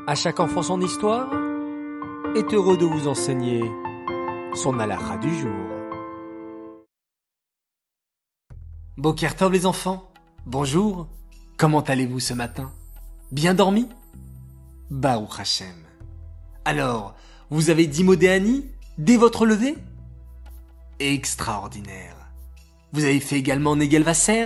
À chaque enfant son histoire est heureux de vous enseigner son halakha du jour. Boker Tov les enfants, bonjour, comment allez-vous ce matin? Bien dormi? Baruch Hashem. Alors, vous avez dit Modéani dès votre lever? Extraordinaire. Vous avez fait également Negel Vasser?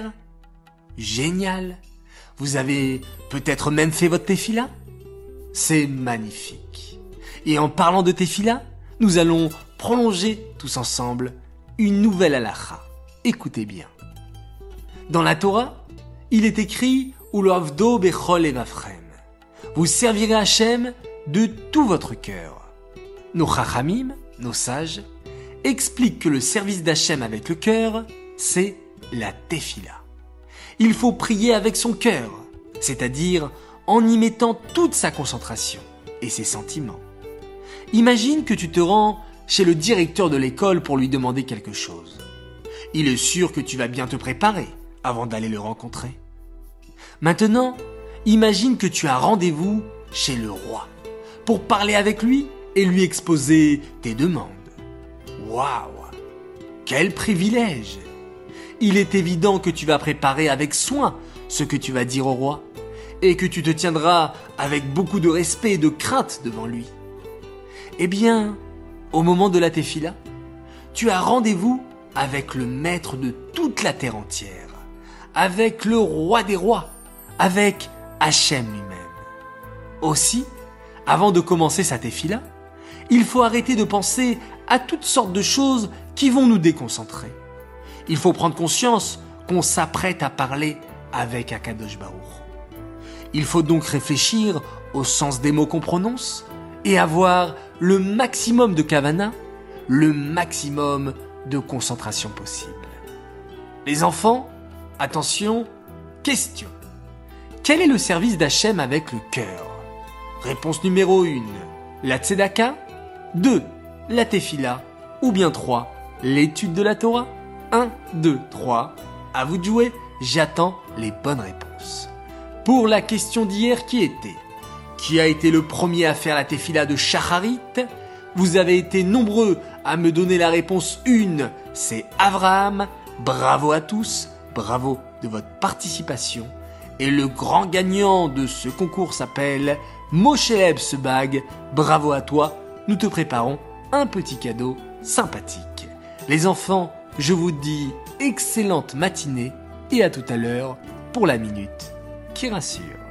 Génial. Vous avez peut-être même fait votre tefila? C'est magnifique. Et en parlant de tefila, nous allons prolonger tous ensemble une nouvelle halakha. Écoutez bien. Dans la Torah, il est écrit « Uloavdo bechol evafrem » Vous servirez Hachem de tout votre cœur. Nos chachamim, nos sages, expliquent que le service d'Hachem avec le cœur, c'est la tefila. Il faut prier avec son cœur, c'est-à-dire en y mettant toute sa concentration et ses sentiments. Imagine que tu te rends chez le directeur de l'école pour lui demander quelque chose. Il est sûr que tu vas bien te préparer avant d'aller le rencontrer. Maintenant, imagine que tu as rendez-vous chez le roi pour parler avec lui et lui exposer tes demandes. Waouh! Quel privilège! Il est évident que tu vas préparer avec soin ce que tu vas dire au roi et que tu te tiendras avec beaucoup de respect et de crainte devant lui. Eh bien, au moment de la tefila, tu as rendez-vous avec le maître de toute la terre entière, avec le roi des rois, avec Hachem lui-même. Aussi, avant de commencer sa tefila, il faut arrêter de penser à toutes sortes de choses qui vont nous déconcentrer. Il faut prendre conscience qu'on s'apprête à parler avec Akadosh Baruch. Il faut donc réfléchir au sens des mots qu'on prononce et avoir le maximum de kavana, le maximum de concentration possible. Les enfants, attention, question. Quel est le service d'Hachem avec le cœur? Réponse numéro 1, la tzedaka. 2, la tefila. Ou bien 3, l'étude de la Torah. 1, 2, 3, à vous de jouer, j'attends les bonnes réponses. Pour la question d'hier qui était: qui a été le premier à faire la tefila de Shacharit? Vous avez été nombreux à me donner la réponse 1, c'est Avraham. Bravo à tous, bravo de votre participation. Et le grand gagnant de ce concours s'appelle Moshe Sebag. Bravo à toi, nous te préparons un petit cadeau sympathique. Les enfants, je vous dis excellente matinée et à tout à l'heure pour la minute qui rassure.